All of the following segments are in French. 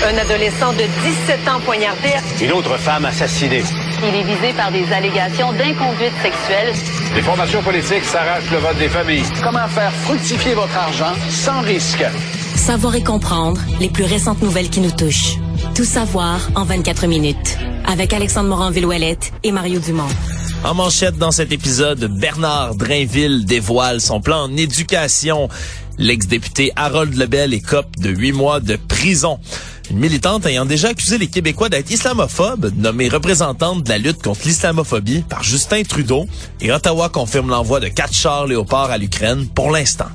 Un adolescent de 17 ans poignardé. Une autre femme assassinée. Il est visé par des allégations d'inconduite sexuelle. Les formations politiques s'arrachent le vote des familles. Comment faire fructifier votre argent sans risque? Savoir et comprendre les plus récentes nouvelles qui nous touchent. Tout savoir en 24 minutes. Avec Alexandre Morin-Villouellette et Mario Dumont. En manchette dans cet épisode, Bernard Drainville dévoile son plan en éducation. L'ex-député Harold Lebel écope de 8 mois de prison. Une militante ayant déjà accusé les Québécois d'être islamophobes, nommée représentante de la lutte contre l'islamophobie par Justin Trudeau. Et Ottawa confirme l'envoi de 4 chars Léopard à l'Ukraine pour l'instant.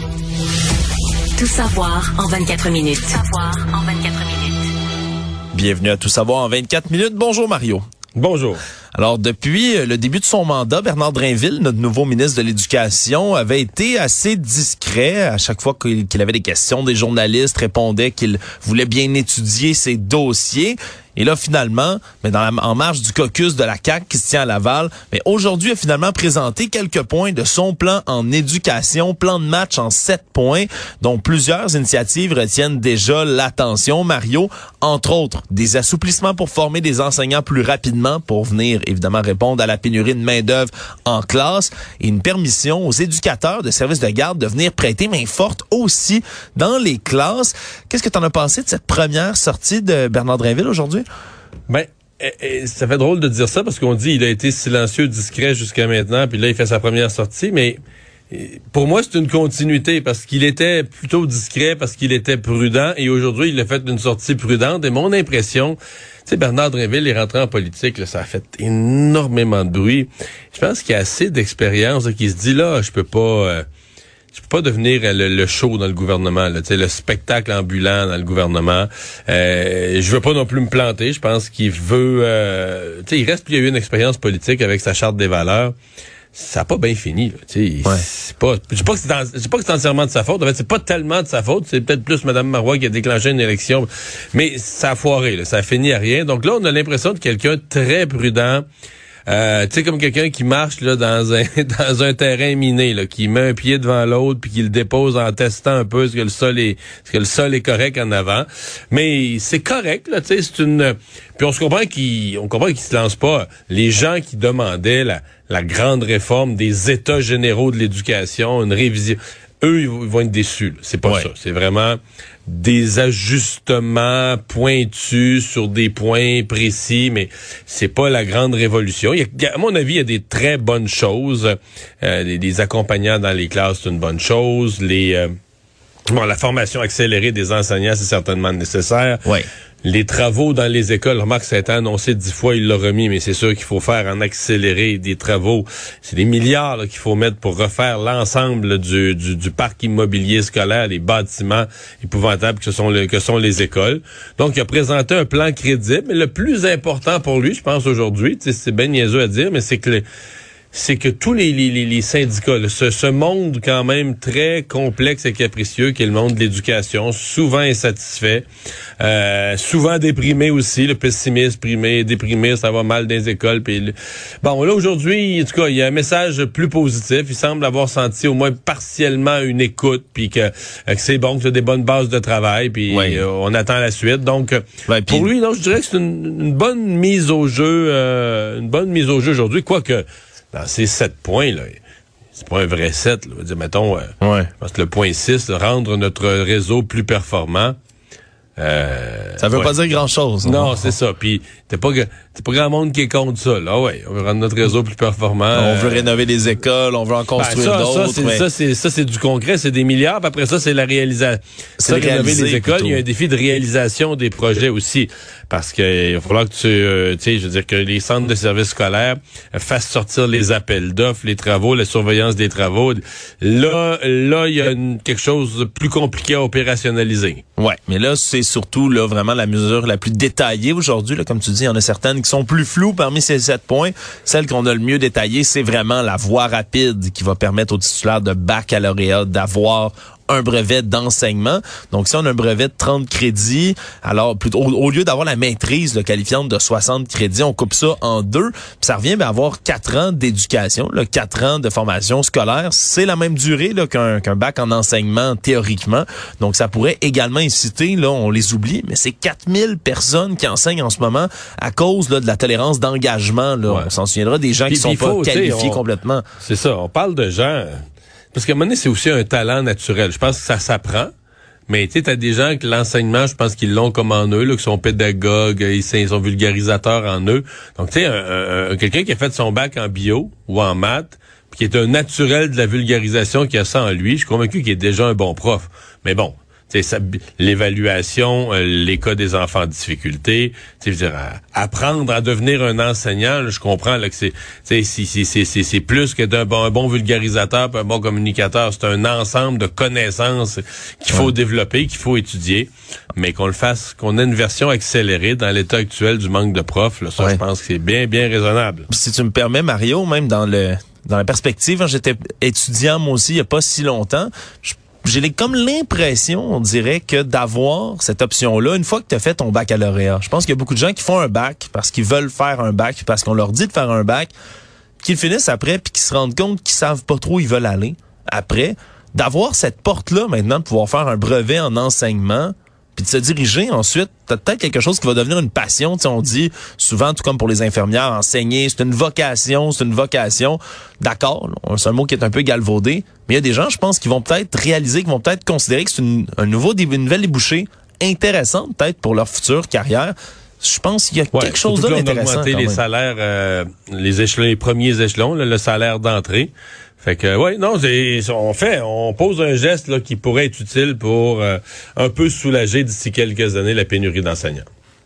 Tout savoir en 24 minutes. Tout savoir en 24 minutes. Bienvenue à Tout savoir en 24 minutes. Bonjour Mario. Bonjour. Alors, depuis le début de son mandat, Bernard Drainville, notre nouveau ministre de l'Éducation, avait été assez discret. À chaque fois qu'il avait des questions des journalistes, répondait qu'il voulait bien étudier ses dossiers. Et là, finalement, en marge du caucus de la CAQ qui se tient à Laval, mais aujourd'hui a finalement présenté quelques points de son plan en éducation, plan de match en 7 points, dont plusieurs initiatives retiennent déjà l'attention. Mario, entre autres, des assouplissements pour former des enseignants plus rapidement pour venir, évidemment, répondre à la pénurie de main-d'œuvre en classe et une permission aux éducateurs de services de garde de venir prêter main forte aussi dans les classes. Qu'est-ce que tu en as pensé de cette première sortie de Bernard Drainville aujourd'hui? Ben, ça fait drôle de dire ça parce qu'on dit il a été silencieux, discret jusqu'à maintenant, puis là il fait sa première sortie, mais pour moi c'est une continuité parce qu'il était plutôt discret, parce qu'il était prudent, et aujourd'hui il a fait une sortie prudente. Et mon impression, tu sais, Bernard Drainville est rentré en politique, là, ça a fait énormément de bruit. Je pense qu'il y a assez d'expérience là, qui se dit là, je peux pas devenir le show dans le gouvernement, là, le spectacle ambulant dans le gouvernement. Je veux pas non plus me planter. Je pense qu'il veut... il reste, puis il y a eu une expérience politique avec sa charte des valeurs. Ça n'a pas bien fini. Là, ouais. C'est pas, je dis pas que c'est entièrement de sa faute. En fait, c'est pas tellement de sa faute. C'est peut-être plus Mme Marois qui a déclenché une élection. Mais ça a foiré. Là, ça a fini à rien. Donc là, on a l'impression de quelqu'un très prudent. Tu sais, comme quelqu'un qui marche là dans un terrain miné, là, qui met un pied devant l'autre puis qui le dépose en testant un peu est-ce que le sol est correct en avant. Mais c'est correct, là, tu sais, c'est une. Puis on comprend qu'il se lance pas. Les gens qui demandaient la grande réforme des États généraux de l'éducation, une révision, eux, ils vont être déçus. Là. C'est pas ça. C'est vraiment des ajustements pointus sur des points précis, mais c'est pas la grande révolution. À mon avis, il y a des très bonnes choses. Les accompagnants dans les classes, c'est une bonne chose. La formation accélérée des enseignants, c'est certainement nécessaire. Ouais. Les travaux dans les écoles, remarque, ça a été annoncé 10 fois, il l'a remis, mais c'est sûr qu'il faut faire en accéléré des travaux. C'est des milliards là, qu'il faut mettre pour refaire l'ensemble du parc immobilier scolaire, les bâtiments épouvantables que sont les écoles. Donc, il a présenté un plan crédible, mais le plus important pour lui, je pense, aujourd'hui, c'est bien niaiseux à dire, mais c'est que tous les syndicats, là, ce monde quand même très complexe et capricieux qui est le monde de l'éducation, souvent insatisfait, souvent déprimé aussi, le pessimiste, déprimé, ça va mal dans les écoles. Bon, là aujourd'hui, en tout cas, il y a un message plus positif. Il semble avoir senti au moins partiellement une écoute, puis que c'est bon, que tu as des bonnes bases de travail, puis on attend la suite. Donc, pour lui, non, je dirais que c'est une bonne mise au jeu, aujourd'hui, quoique dans ces 7 points, là, c'est pas un vrai 7. Là. Dire, mettons, je pense que le point 6, rendre notre réseau plus performant. Ça veut pas dire grand-chose. Non, c'est ça. Puis, t'es pas grand monde qui est contre ça. Là, ouais, on veut rendre notre réseau plus performant. On veut rénover les écoles, on veut en construire d'autres. Ça, c'est du concret, c'est des milliards. Puis après ça, c'est la réalisation. Ça, rénover les écoles, plutôt. Il y a un défi de réalisation des projets aussi. Parce que il va falloir que je veux dire que les centres de services scolaires fassent sortir les appels d'offres, les travaux, la surveillance des travaux. Là, il y a quelque chose de plus compliqué à opérationnaliser. Ouais, mais là, c'est surtout là vraiment la mesure la plus détaillée aujourd'hui. Là, comme tu dis, il y en a certaines qui sont plus floues parmi ces 7 points. Celle qu'on a le mieux détaillée, c'est vraiment la voie rapide qui va permettre aux titulaires de baccalauréat d'avoir un brevet d'enseignement. Donc, si on a un brevet de 30 crédits, alors plutôt au lieu d'avoir la maîtrise qualifiante de 60 crédits, on coupe ça en 2, puis ça revient à avoir 4 ans d'éducation, 4 ans de formation scolaire. C'est la même durée qu'un bac en enseignement théoriquement. Donc, ça pourrait également inciter, on les oublie, mais c'est 4000 personnes qui enseignent en ce moment à cause de la tolérance d'engagement. On s'en souviendra des gens qui sont pas qualifiés complètement. C'est ça, on parle de gens... Parce qu'à un moment donné, c'est aussi un talent naturel. Je pense que ça s'apprend. Mais tu sais, t'as des gens que l'enseignement, je pense qu'ils l'ont comme en eux, qui sont pédagogues, ils sont vulgarisateurs en eux. Donc tu sais, quelqu'un qui a fait son bac en bio ou en maths, puis qui est un naturel de la vulgarisation, qui a ça en lui, je suis convaincu qu'il est déjà un bon prof. Mais bon, l'évaluation, les cas des enfants en difficulté, je veux dire, apprendre à devenir un enseignant, là, je comprends là, que c'est plus que un bon vulgarisateur, un bon communicateur, c'est un ensemble de connaissances qu'il faut développer, qu'il faut étudier, mais qu'on le fasse, qu'on ait une version accélérée dans l'état actuel du manque de profs, là, ça je pense que c'est bien raisonnable. Si tu me permets, Mario, même dans la perspective, j'étais étudiant moi aussi il y a pas si longtemps, j'ai comme l'impression, on dirait, que d'avoir cette option-là, une fois que tu as fait ton baccalauréat, je pense qu'il y a beaucoup de gens qui font un bac parce qu'ils veulent faire un bac, parce qu'on leur dit de faire un bac, qu'ils finissent après puis qu'ils se rendent compte qu'ils savent pas trop où ils veulent aller après. D'avoir cette porte-là maintenant, de pouvoir faire un brevet en enseignement, puis de se diriger ensuite, t'as peut-être quelque chose qui va devenir une passion. Tu sais, on dit souvent, tout comme pour les infirmières, enseigner, c'est une vocation. D'accord, c'est un mot qui est un peu galvaudé, mais il y a des gens, je pense, qui vont peut-être réaliser, qui vont peut-être considérer que c'est une nouvelle débouchée intéressante, peut-être, pour leur future carrière. Je pense qu'il y a quelque chose d'intéressant. On a augmenté les salaires, les premiers échelons, le salaire d'entrée. Fait que on pose un geste là qui pourrait être utile pour un peu soulager d'ici quelques années la pénurie d'enseignants.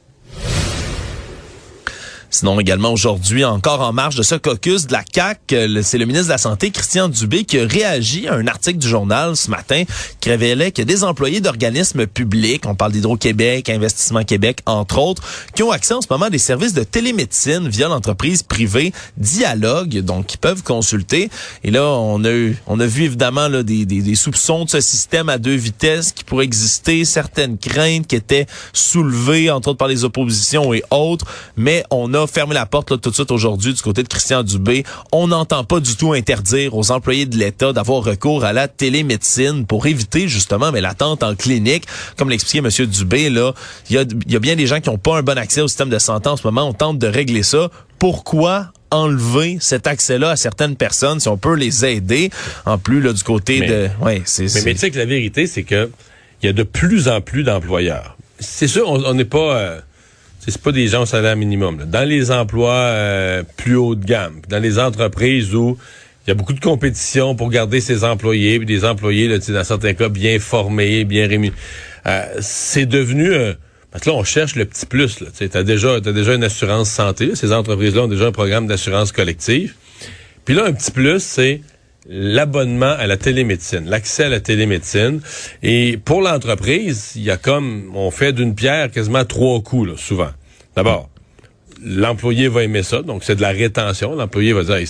Sinon, également aujourd'hui, encore en marge de ce caucus de la CAQ, c'est le ministre de la Santé, Christian Dubé, qui a réagi à un article du journal ce matin qui révélait que des employés d'organismes publics, on parle d'Hydro-Québec, Investissement Québec, entre autres, qui ont accès en ce moment à des services de télémédecine via l'entreprise privée Dialogue, donc qui peuvent consulter. Et là, on a vu évidemment là, des soupçons de ce système à 2 vitesses qui pourrait exister, certaines craintes qui étaient soulevées, entre autres par les oppositions et autres, mais on a fermé la porte là, tout de suite aujourd'hui du côté de Christian Dubé. On n'entend pas du tout interdire aux employés de l'État d'avoir recours à la télémédecine pour éviter justement l'attente en clinique. Comme l'expliquait M. Dubé, là, il y a bien des gens qui n'ont pas un bon accès au système de santé en ce moment. On tente de régler ça. Pourquoi enlever cet accès-là à certaines personnes si on peut les aider en plus là, du côté de... Ouais, mais tu sais que la vérité, c'est que il y a de plus en plus d'employeurs. C'est sûr, on n'est pas... c'est pas des gens au salaire minimum. Là. Dans les emplois plus haut de gamme, dans les entreprises où il y a beaucoup de compétition pour garder ses employés, puis des employés, là, dans certains cas, bien formés, bien rémunérés. C'est devenu... parce que là, on cherche le petit plus. T'as déjà une assurance santé. Là. Ces entreprises-là ont déjà un programme d'assurance collective. Puis là, un petit plus, c'est l'abonnement à la télémédecine, l'accès à la télémédecine. Et pour l'entreprise, il y a on fait d'une pierre quasiment 3 coups, là, souvent. D'abord, l'employé va aimer ça, donc c'est de la rétention. L'employé va dire,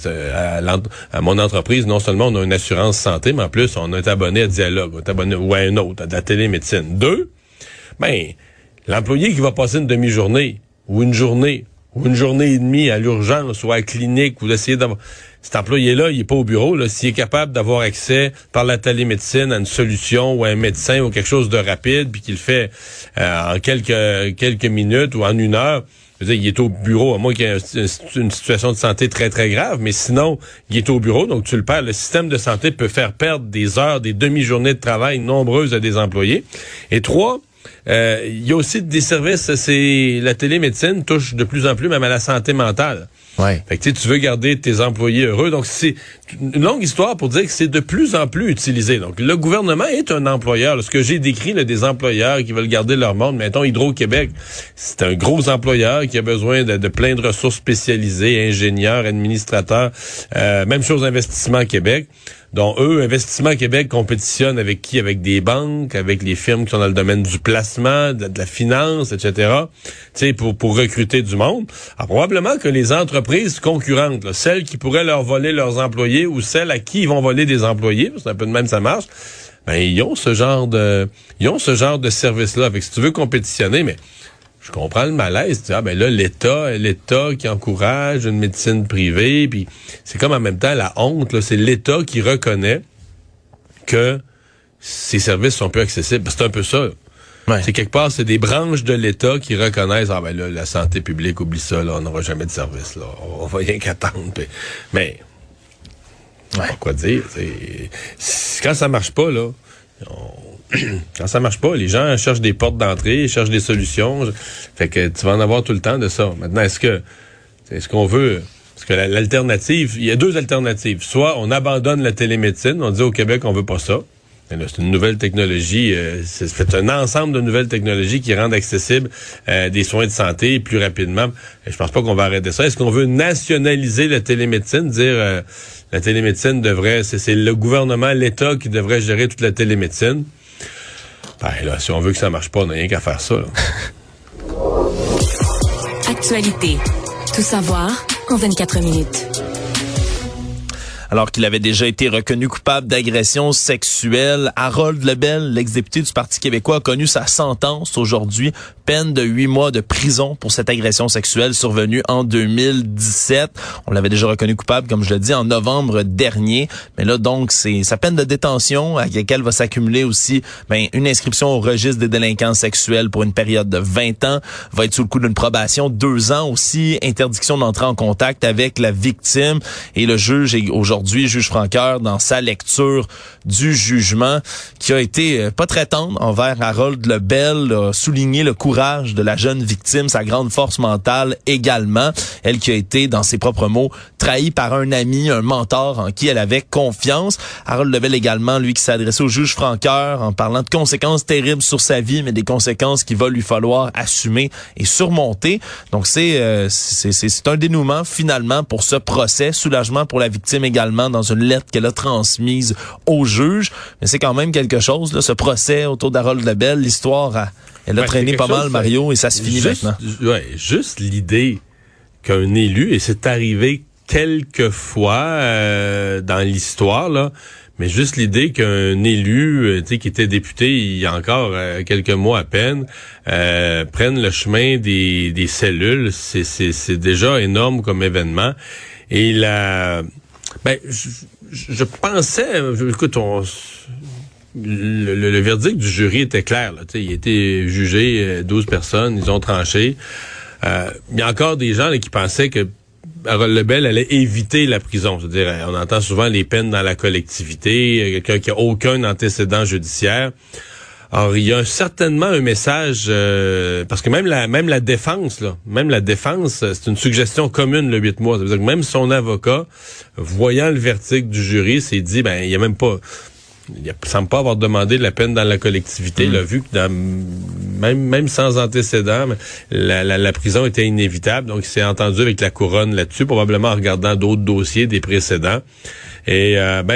à mon entreprise, non seulement on a une assurance santé, mais en plus, on est abonné à Dialogue, on est abonné ou à un autre, à de la télémédecine. 2, l'employé qui va passer une demi-journée, ou une journée et demie à l'urgence, ou à la clinique, ou d'essayer d'avoir... Cet employé-là, il est pas au bureau, là. S'il est capable d'avoir accès par la télémédecine à une solution ou à un médecin ou quelque chose de rapide, puis qu'il le fait en quelques minutes ou en 1 heure, je veux dire, il est au bureau, à moins qu'il y ait une situation de santé très, très grave, mais sinon, il est au bureau, donc tu le perds. Le système de santé peut faire perdre des heures, des demi-journées de travail nombreuses à des employés. Et 3, il y a aussi des services, la télémédecine touche de plus en plus même à la santé mentale. Ouais. Fait que tu veux garder tes employés heureux. Donc, c'est une longue histoire pour dire que c'est de plus en plus utilisé. Donc, le gouvernement est un employeur. Ce que j'ai décrit, là, des employeurs qui veulent garder leur monde, mettons Hydro-Québec, c'est un gros employeur qui a besoin de plein de ressources spécialisées, ingénieurs, administrateurs. Même chose Investissement Québec. Donc, eux, Investissement Québec compétitionne avec qui? Avec des banques, avec les firmes qui sont dans le domaine du placement, de la finance, etc., tu sais, pour recruter du monde. Alors, probablement que les entreprises concurrentes, là, celles qui pourraient leur voler leurs employés ou celles à qui ils vont voler des employés, c'est un peu de même ça marche, ben ils ont ce genre de service-là. Fait que si tu veux compétitionner, mais je comprends le malaise. Tu dis, ben là, l'État qui encourage une médecine privée, puis c'est comme en même temps la honte, là, c'est l'État qui reconnaît que ces services sont peu accessibles. C'est un peu ça. Ouais. C'est quelque part, c'est des branches de l'État qui reconnaissent, ben là, la santé publique, oublie ça, là, on n'aura jamais de service, là. On va rien qu'attendre. Mais, quoi dire, quand ça marche pas, là, quand ça marche pas, les gens cherchent des portes d'entrée, ils cherchent des solutions. Fait que tu vas en avoir tout le temps de ça. Maintenant, est-ce qu'on veut... Parce que l'alternative, il y a deux alternatives. Soit on abandonne la télémédecine, on dit au Québec on veut pas ça. Là, c'est une nouvelle technologie, c'est un ensemble de nouvelles technologies qui rendent accessibles des soins de santé plus rapidement. Et je pense pas qu'on va arrêter ça. Est-ce qu'on veut nationaliser la télémédecine, dire la télémédecine devrait, c'est le gouvernement, l'État qui devrait gérer toute la télémédecine? Ben là, si on veut que ça marche pas, on n'a rien qu'à faire ça. Là. Actualité. Tout savoir en 24 minutes. Alors qu'il avait déjà été reconnu coupable d'agression sexuelle, Harold Lebel, l'ex-député du Parti québécois, a connu sa sentence aujourd'hui, peine de 8 mois de prison pour cette agression sexuelle survenue en 2017. On l'avait déjà reconnu coupable, comme je le dis, en novembre dernier. Mais là, donc, c'est sa peine de détention à laquelle va s'accumuler aussi une inscription au registre des délinquants sexuels pour une période de 20 ans. Va être sous le coup d'une probation 2 ans aussi, interdiction d'entrer en contact avec la victime. Et le juge est aujourd'hui, juge Franqueur, dans sa lecture du jugement, qui a été pas très tendre envers Harold Lebel, a souligné le courage de la jeune victime, sa grande force mentale également. Elle qui a été, dans ses propres mots, trahie par un ami, un mentor en qui elle avait confiance. Harold Lebel également, lui, qui s'est adressé au juge Franqueur en parlant de conséquences terribles sur sa vie, mais des conséquences qu'il va lui falloir assumer et surmonter. Donc c'est un dénouement finalement pour ce procès, soulagement pour la victime également dans une lettre qu'elle a transmise au juge. Mais c'est quand même quelque chose, là, ce procès autour d'Harold Lebel, l'histoire elle a traîné pas mal, Mario, et ça se finit maintenant. Juste l'idée qu'un élu, et c'est arrivé quelques fois dans l'histoire, là, mais juste l'idée qu'un élu, qui était député il y a encore quelques mois à peine, prenne le chemin des cellules, c'est déjà énorme comme événement. Et je pensais, écoute, le verdict du jury était clair. Là, il a été jugé, 12 personnes, ils ont tranché. Il y a encore des gens là, qui pensaient que Harold Lebel allait éviter la prison. C'est-à-dire, on entend souvent les peines dans la collectivité, quelqu'un qui a aucun antécédent judiciaire. Alors, il y a certainement un message, parce que même la défense, c'est une suggestion commune, le 8 mois. Ça veut dire que même son avocat, voyant le verdict du jury, s'est dit, il y a même pas... Il semble pas avoir demandé de la peine dans la collectivité. Il a vu que même sans antécédent, la prison était inévitable. Donc, il s'est entendu avec la couronne là-dessus, probablement en regardant d'autres dossiers, des précédents. Et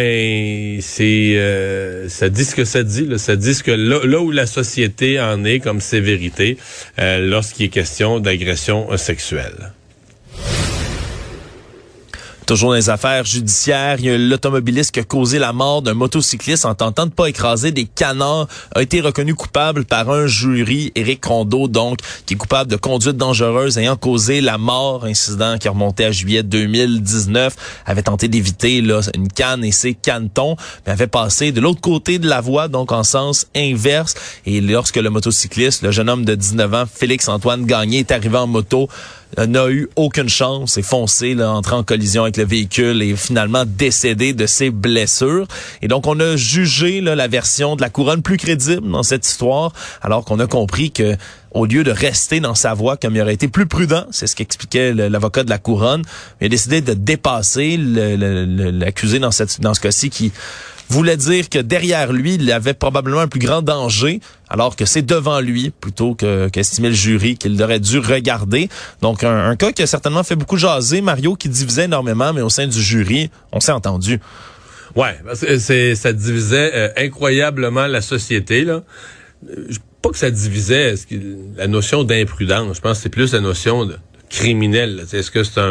ça dit ce que ça dit. Là. Ça dit ce que là où la société en est comme sévérité lorsqu'il est question d'agression sexuelle. Toujours dans les affaires judiciaires, il y a l'automobiliste qui a causé la mort d'un motocycliste en tentant de pas écraser des canards, a été reconnu coupable par un jury. Éric Rondeau, donc, qui est coupable de conduite dangereuse ayant causé la mort, incident qui remontait à juillet 2019, avait tenté d'éviter là une canne et ses canetons, mais avait passé de l'autre côté de la voie, donc en sens inverse. Et lorsque le motocycliste, le jeune homme de 19 ans, Félix-Antoine Gagné, est arrivé en moto, n'a eu aucune chance, est foncé, là, entré en collision avec le véhicule et finalement décédé de ses blessures. Et donc, on a jugé là, la version de la couronne plus crédible dans cette histoire, alors qu'on a compris que au lieu de rester dans sa voie, comme il aurait été plus prudent, c'est ce qu'expliquait l'avocat de la couronne, il a décidé de dépasser l'accusé dans ce cas-ci qui voulait dire que derrière lui, il avait probablement un plus grand danger, alors que c'est devant lui, plutôt qu'estimait le jury qu'il aurait dû regarder. Donc, un cas qui a certainement fait beaucoup jaser, Mario, qui divisait énormément, mais au sein du jury, on s'est entendu. Ouais, parce que ça divisait incroyablement la société, là. Pas que ça divisait la notion d'imprudence, je pense que c'est plus la notion de criminel. Là. Est-ce que c'est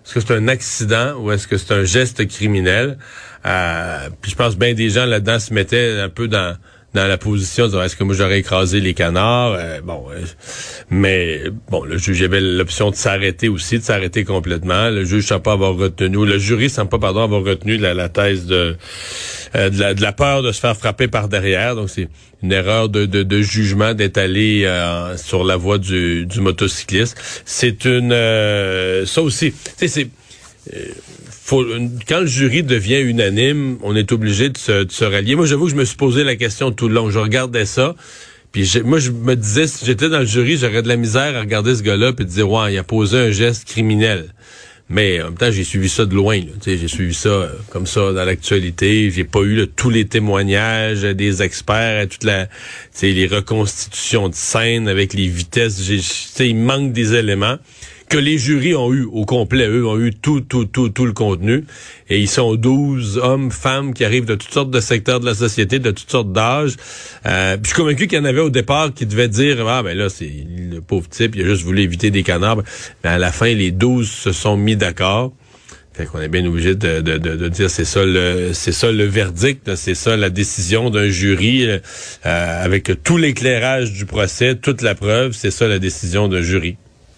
est-ce que c'est un accident ou est-ce que c'est un geste criminel? Puis je pense bien des gens là-dedans se mettaient un peu dans la position de dire, est-ce que moi j'aurais écrasé les canards? Mais le juge avait l'option de s'arrêter aussi, de s'arrêter complètement. Le juge semble pas avoir retenu, le jury semble pas, avoir retenu la thèse de la peur de se faire frapper par derrière. Donc c'est une erreur de jugement d'être allé sur la voie du motocycliste. C'est ça aussi, tu sais, quand le jury devient unanime, on est obligé de se rallier. Moi, j'avoue que je me suis posé la question tout le long. Je regardais ça, puis je me disais, si j'étais dans le jury, j'aurais de la misère à regarder ce gars-là puis de dire, ouais, il a posé un geste criminel. Mais en même temps, j'ai suivi ça de loin. J'ai suivi ça comme ça dans l'actualité. J'ai pas eu tous les témoignages des experts, les reconstitutions de scène avec les vitesses. Il manque des éléments que les jurys ont eu au complet. Eux ont eu tout le contenu. Et ils sont 12 hommes, femmes qui arrivent de toutes sortes de secteurs de la société, de toutes sortes d'âges. Puis je suis convaincu qu'il y en avait au départ qui devaient dire, là, c'est le pauvre type, il a juste voulu éviter des canards. Mais à la fin, les 12 se sont mis d'accord. Fait qu'on est bien obligé de dire c'est ça le verdict, c'est ça la décision d'un jury avec tout l'éclairage du procès, toute la preuve, c'est ça la décision d'un jury.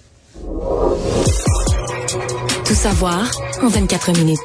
Tout savoir en 24 minutes.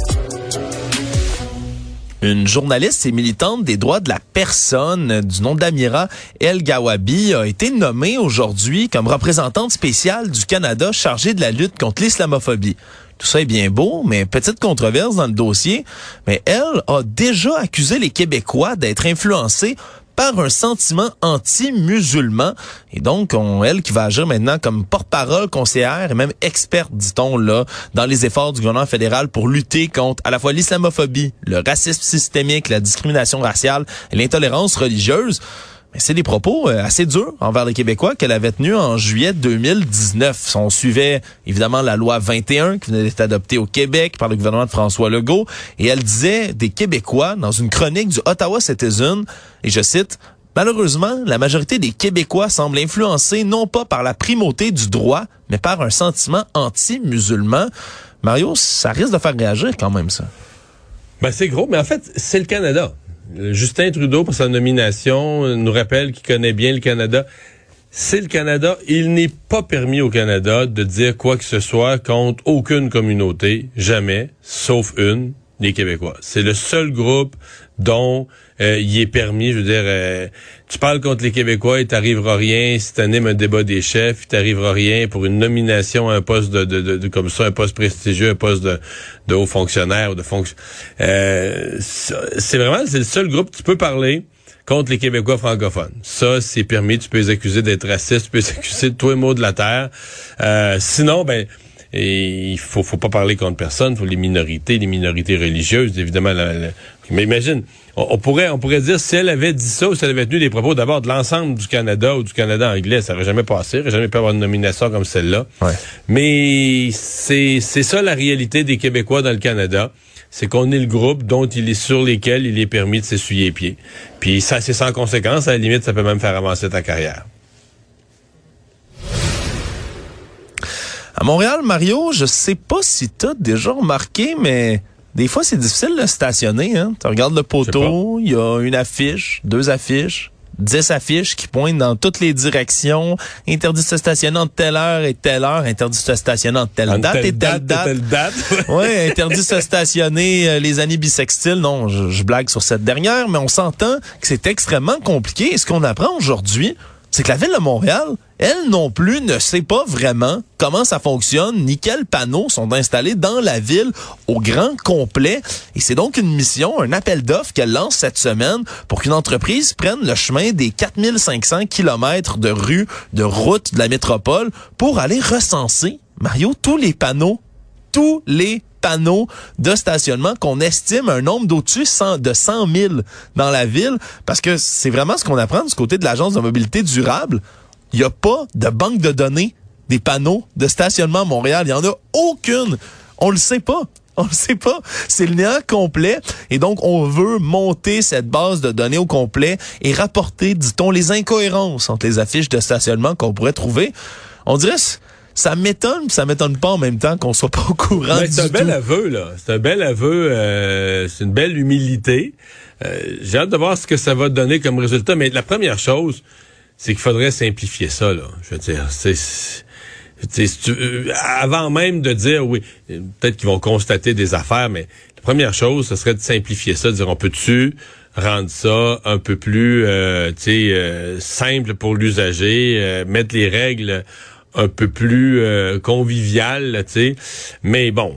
Une journaliste et militante des droits de la personne du nom d'Amira El-Gawabi a été nommée aujourd'hui comme représentante spéciale du Canada chargée de la lutte contre l'islamophobie. Tout ça est bien beau, mais petite controverse dans le dossier. Mais elle a déjà accusé les Québécois d'être influencés par un sentiment anti-musulman. Et donc, elle qui va agir maintenant comme porte-parole, conseillère et même experte, dit-on, là, dans les efforts du gouvernement fédéral pour lutter contre à la fois l'islamophobie, le racisme systémique, la discrimination raciale et l'intolérance religieuse. Mais c'est des propos assez durs envers les Québécois qu'elle avait tenus en juillet 2019. On suivait évidemment la loi 21 qui venait d'être adoptée au Québec par le gouvernement de François Legault. Et elle disait des Québécois dans une chronique du Ottawa Citizen, et je cite, « Malheureusement, la majorité des Québécois semblent influencés non pas par la primauté du droit, mais par un sentiment anti-musulman. » Mario, ça risque de faire réagir quand même, ça. C'est gros, mais en fait, c'est le Canada. Justin Trudeau, pour sa nomination, nous rappelle qu'il connaît bien le Canada. C'est le Canada. Il n'est pas permis au Canada de dire quoi que ce soit contre aucune communauté, jamais, sauf une, les Québécois. C'est le seul groupe dont il est permis, je veux dire, tu parles contre les Québécois, il t'arrivera rien. Si t'animes un débat des chefs, il t'arrivera rien pour une nomination à un poste de comme ça, un poste prestigieux, un poste de haut fonctionnaire ou de fonction. C'est le seul groupe tu peux parler contre les Québécois francophones. Ça, c'est permis. Tu peux les accuser d'être racistes, tu peux les accuser de tous les maux de la terre. Sinon, et il faut pas parler contre personne, il faut les minorités religieuses, évidemment. Mais imagine, on pourrait dire si elle avait dit ça ou si elle avait tenu des propos d'abord de l'ensemble du Canada ou du Canada anglais, ça aurait jamais passé, il aurait jamais pu avoir une nomination comme celle-là. Ouais. Mais c'est ça la réalité des Québécois dans le Canada. C'est qu'on est le groupe sur lesquels il est permis de s'essuyer les pieds. Puis ça, c'est sans conséquence. À la limite, ça peut même faire avancer ta carrière. À Montréal, Mario, je sais pas si t'as déjà remarqué, mais des fois, c'est difficile de stationner. Hein? Tu regardes le poteau, il y a une affiche, 2 affiches, 10 affiches qui pointent dans toutes les directions. Interdit de se stationner entre telle heure et telle heure. Interdit de se stationner entre telle date et telle date. Ouais, interdit de se stationner les années bissextiles. Non, je blague sur cette dernière, mais on s'entend que c'est extrêmement compliqué. Et ce qu'on apprend aujourd'hui, c'est que la Ville de Montréal, elle non plus ne sait pas vraiment comment ça fonctionne, ni quels panneaux sont installés dans la ville au grand complet. Et c'est donc une mission, un appel d'offres qu'elle lance cette semaine pour qu'une entreprise prenne le chemin des 4500 kilomètres de rues, de routes de la métropole pour aller recenser, Mario, tous les panneaux de stationnement qu'on estime un nombre d'au-dessus de 100 000 dans la ville, parce que c'est vraiment ce qu'on apprend du côté de l'Agence de mobilité durable. Il n'y a pas de banque de données des panneaux de stationnement à Montréal. Il n'y en a aucune. On le sait pas. C'est le néant complet. Et donc, on veut monter cette base de données au complet et rapporter, dit-on, les incohérences entre les affiches de stationnement qu'on pourrait trouver. On dirait ça m'étonne pas en même temps qu'on soit pas au courant du tout. C'est un bel aveu, là. C'est un bel aveu, c'est une belle humilité. J'ai hâte de voir ce que ça va donner comme résultat, mais la première chose, c'est qu'il faudrait simplifier ça, là. Je veux dire, avant même de dire, oui, peut-être qu'ils vont constater des affaires, mais la première chose, ce serait de simplifier ça, de dire, on peut-tu rendre ça un peu plus simple pour l'usager, mettre les règles un peu plus conviviales, tu sais. Mais bon,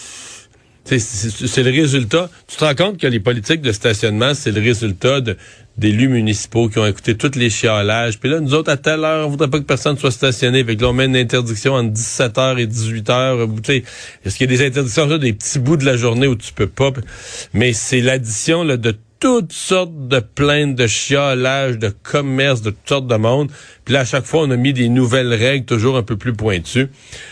c'est le résultat. Tu te rends compte que les politiques de stationnement, c'est le résultat d'élus municipaux qui ont écouté tous les chialages. Puis là, nous autres, à telle heure, on voudrait pas que personne soit stationné. Fait que là, on met une interdiction entre 17h et 18h. Tu sais, est-ce qu'il y a des interdictions, des petits bouts de la journée où tu peux pas? Mais c'est l'addition là de toutes sortes de plaintes, de chialages, de commerce, de toutes sortes de monde. Puis là, à chaque fois, on a mis des nouvelles règles toujours un peu plus pointues.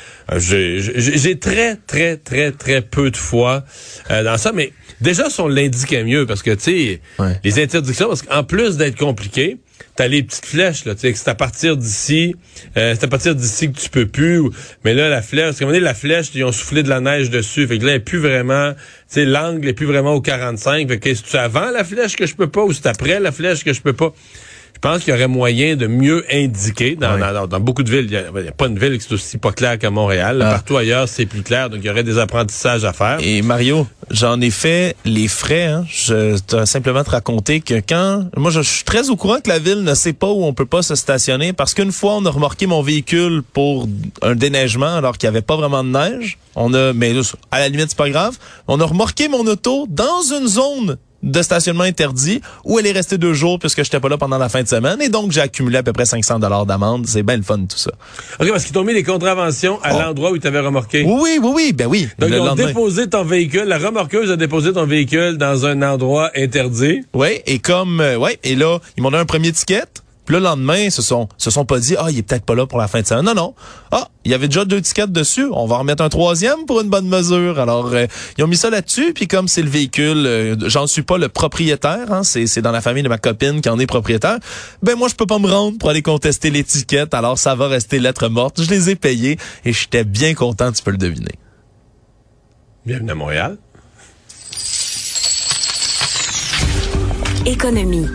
J'ai très, très, très, très peu de foi dans ça, mais déjà, si on l'indiquait mieux, parce que, tu sais, les interdictions, parce qu'en plus d'être compliqué, t'as les petites flèches, là, tu sais, que c'est à partir d'ici que tu peux plus, mais là, la flèche, parce qu'à un moment donné, la flèche, ils ont soufflé de la neige dessus, fait que là, elle est plus vraiment, tu sais, l'angle est plus vraiment au 45, fait que c'est avant la flèche que je peux pas, ou c'est après la flèche que je peux pas? Je pense qu'il y aurait moyen de mieux indiquer dans beaucoup de villes. Il n'y a pas une ville qui est aussi pas claire qu'à Montréal. Partout ailleurs, c'est plus clair. Donc, il y aurait des apprentissages à faire. Et Mario, j'en ai fait les frais. Je dois simplement te raconter que moi, je suis très au courant que la ville ne sait pas où on peut pas se stationner parce qu'une fois, on a remorqué mon véhicule pour un déneigement alors qu'il n'y avait pas vraiment de neige. Mais à la limite, c'est pas grave. On a remorqué mon auto dans une zone de stationnement interdit où elle est restée 2 jours puisque j'étais pas là pendant la fin de semaine et donc j'ai accumulé à peu près $500 d'amende. C'est bien le fun tout ça. OK, parce qu'ils t'ont mis des contraventions à l'endroit où ils t'avaient remorqué. Oui, ben oui. Donc ils ont déposé ton véhicule, la remorqueuse a déposé ton véhicule dans un endroit interdit. Oui, et et là, ils m'ont donné un premier ticket. Puis le lendemain, se sont pas dit, il est peut-être pas là pour la fin de semaine. Non. Il y avait déjà 2 tickets dessus. On va en remettre un 3e pour une bonne mesure. Alors, ils ont mis ça là-dessus. Puis comme c'est le véhicule, j'en suis pas le propriétaire. C'est dans la famille de ma copine qui en est propriétaire. Ben moi, je peux pas me rendre pour aller contester l'étiquette. Alors, ça va rester lettre morte. Je les ai payés et j'étais bien content. Tu peux le deviner. Bienvenue à Montréal. Économie.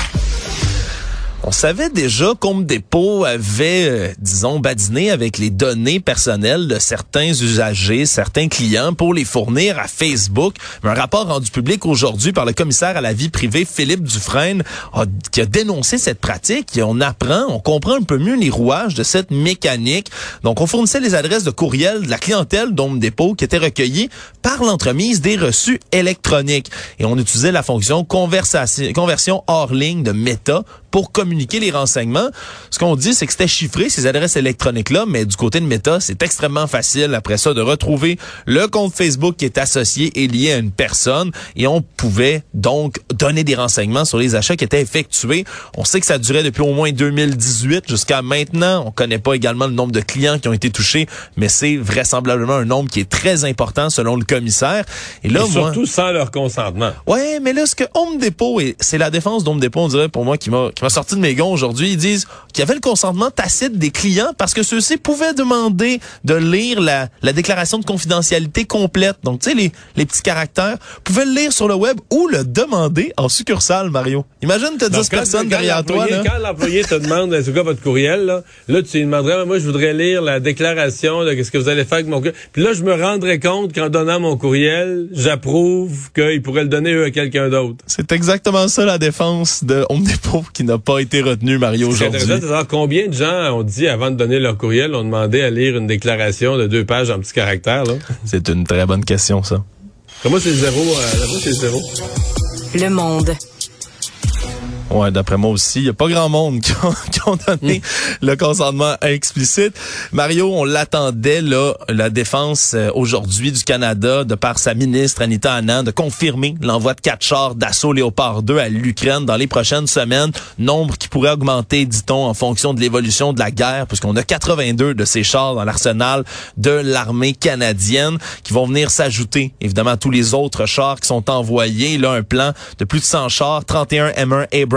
On savait déjà qu'Home Depot avait, badiné avec les données personnelles de certains usagers, certains clients pour les fournir à Facebook. Mais un rapport rendu public aujourd'hui par le commissaire à la vie privée, Philippe Dufresne, qui a dénoncé cette pratique. Et on comprend un peu mieux les rouages de cette mécanique. Donc, on fournissait les adresses de courriel de la clientèle d'Home Depot qui étaient recueillies par l'entremise des reçus électroniques. Et on utilisait la fonction conversion hors ligne de Meta pour communiquer les renseignements. Ce qu'on dit, c'est que c'était chiffré, ces adresses électroniques-là, mais du côté de Meta, c'est extrêmement facile après ça de retrouver le compte Facebook qui est associé et lié à une personne et on pouvait donc donner des renseignements sur les achats qui étaient effectués. On sait que ça durait depuis au moins 2018 jusqu'à maintenant. On connaît pas également le nombre de clients qui ont été touchés, mais c'est vraisemblablement un nombre qui est très important selon le commissaire. Et là, surtout sans leur consentement. Ouais, mais là, ce que Home Depot, c'est la défense d'Home Depot, on dirait pour moi, qui m'a sorti de mes gonds aujourd'hui. Ils disent qu'il y avait le consentement tacite des clients parce que ceux-ci pouvaient demander de lire la déclaration de confidentialité complète. Donc, tu sais, les petits caractères, pouvaient le lire sur le web ou le demander en succorsale, Mario. Imagine, t'as 10 personnes derrière toi. Quand l'employé te demande, c'est quoi votre courriel, là, tu lui demanderais, moi, je voudrais lire la déclaration de qu'est-ce que vous allez faire avec mon courriel. Puis là, je me rendrais compte qu'en donnant mon courriel, j'approuve qu'ils pourraient le donner eux à quelqu'un d'autre. C'est exactement ça, la défense de Home Depot qui n'a pas été retenu, Mario, aujourd'hui. C'est intéressant de savoir combien de gens ont dit, avant de donner leur courriel, ont demandé à lire une déclaration de 2 pages en petits caractères, là. C'est une très bonne question, ça. Moi, c'est 0. Là-bas, c'est 0. Le Monde. Ouais, d'après moi aussi, il y a pas grand monde qui ont donné le consentement explicite. Mario, on l'attendait là, la défense aujourd'hui du Canada, de par sa ministre Anita Anand, de confirmer l'envoi de 4 chars d'assaut Léopard 2 à l'Ukraine dans les prochaines semaines. Nombre qui pourrait augmenter, dit-on, en fonction de l'évolution de la guerre, puisqu'on a 82 de ces chars dans l'arsenal de l'armée canadienne qui vont venir s'ajouter, évidemment, à tous les autres chars qui sont envoyés. Là, un plan de plus de 100 chars, 31 M1 Abrams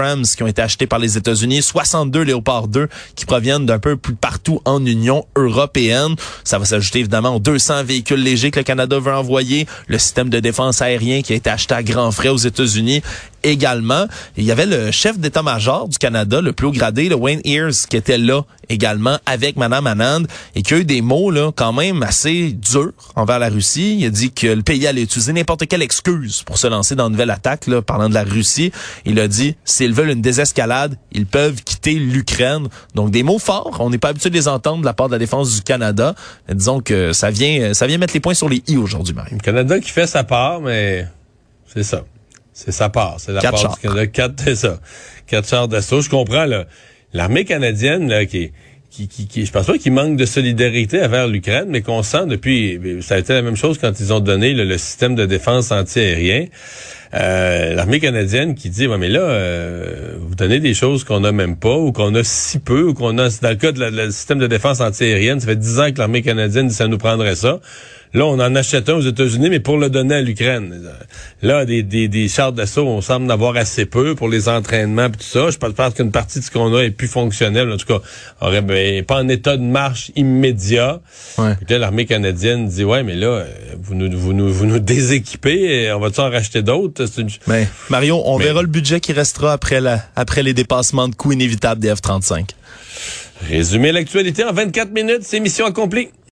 Abrams qui ont été achetés par les États-Unis, 62 Léopard 2 qui proviennent d'un peu plus partout en Union européenne. Ça va s'ajouter évidemment aux 200 véhicules légers que le Canada veut envoyer, le système de défense aérien qui a été acheté à grands frais aux États-Unis également. Il y avait le chef d'état-major du Canada, le plus haut gradé, le Wayne Ears, qui était là également avec Mme Anand et qui a eu des mots là quand même assez durs envers la Russie. Il a dit que le pays allait utiliser n'importe quelle excuse pour se lancer dans une nouvelle attaque, là, parlant de la Russie. Il a dit, s'ils veulent une désescalade, ils peuvent quitter l'Ukraine. Donc des mots forts, on n'est pas habitué de les entendre de la part de la défense du Canada. Mais disons que ça vient mettre les points sur les i aujourd'hui, Mario. Le Canada qui fait sa part, mais c'est ça. C'est sa part. C'est la part du Canada. 4 chars d'assaut. Je comprends, là. L'armée canadienne, là, qui je pense pas qu'il manque de solidarité envers l'Ukraine, mais qu'on sent depuis, ça a été la même chose quand ils ont donné le système de défense antiaérien. L'armée canadienne qui dit, ouais, mais là, vous donnez des choses qu'on n'a même pas, ou qu'on a si peu, ou qu'on a, dans le cas de le système de défense antiaérienne, ça fait 10 ans que l'armée canadienne dit ça nous prendrait ça. Là, on en achète un aux États-Unis, mais pour le donner à l'Ukraine. Là, des chars d'assaut, on semble en avoir assez peu pour les entraînements et tout ça. Je pense qu'une partie de ce qu'on a est plus fonctionnelle. En tout cas, pas en état de marche immédiat. Ouais. Puis là, l'armée canadienne dit, ouais, mais là, vous nous déséquipez, on va-tu en racheter d'autres? Mais, Mario, on verra le budget qui restera après les dépassements de coûts inévitables des F-35. Résumer l'actualité en 24 minutes, c'est mission accomplie.